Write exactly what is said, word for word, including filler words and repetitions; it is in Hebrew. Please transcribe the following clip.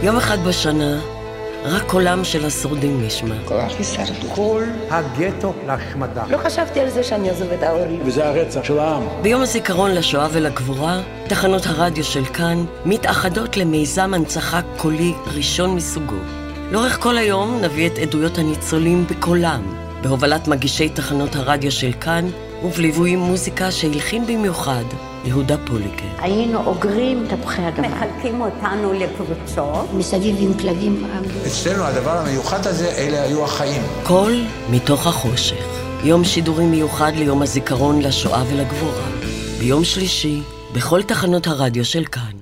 יום אחד בשנה, רק קולם של השורדים נשמע. כוח הישרדות. כל הגטו להשמדה. לא חשבתי על זה שאני עוזב את ההורים. וזה הרצח של העם. ביום הזיכרון לשואה ולגבורה, תחנות הרדיו של כאן מתאחדות למיזם הנצחה קולי ראשון מסוגו. לאורך כל היום נביא את עדויות הניצולים בקולם, בהובלת מגישי תחנות הרדיו של כאן, ובליווי מוזיקה שהלחין במיוחד יהודה פוליקר. היינו אוגרים תפוחי אדמה. מחלקים אותנו לקבוצות. מסביב עם כלבים עמדו. אצלנו הדבר המיוחד הזה, אלה היו החיים. קול מתוך החושך. יום שידורים מיוחד ליום הזיכרון לשואה ולגבורה. ביום שלישי, בכל תחנות הרדיו של כאן.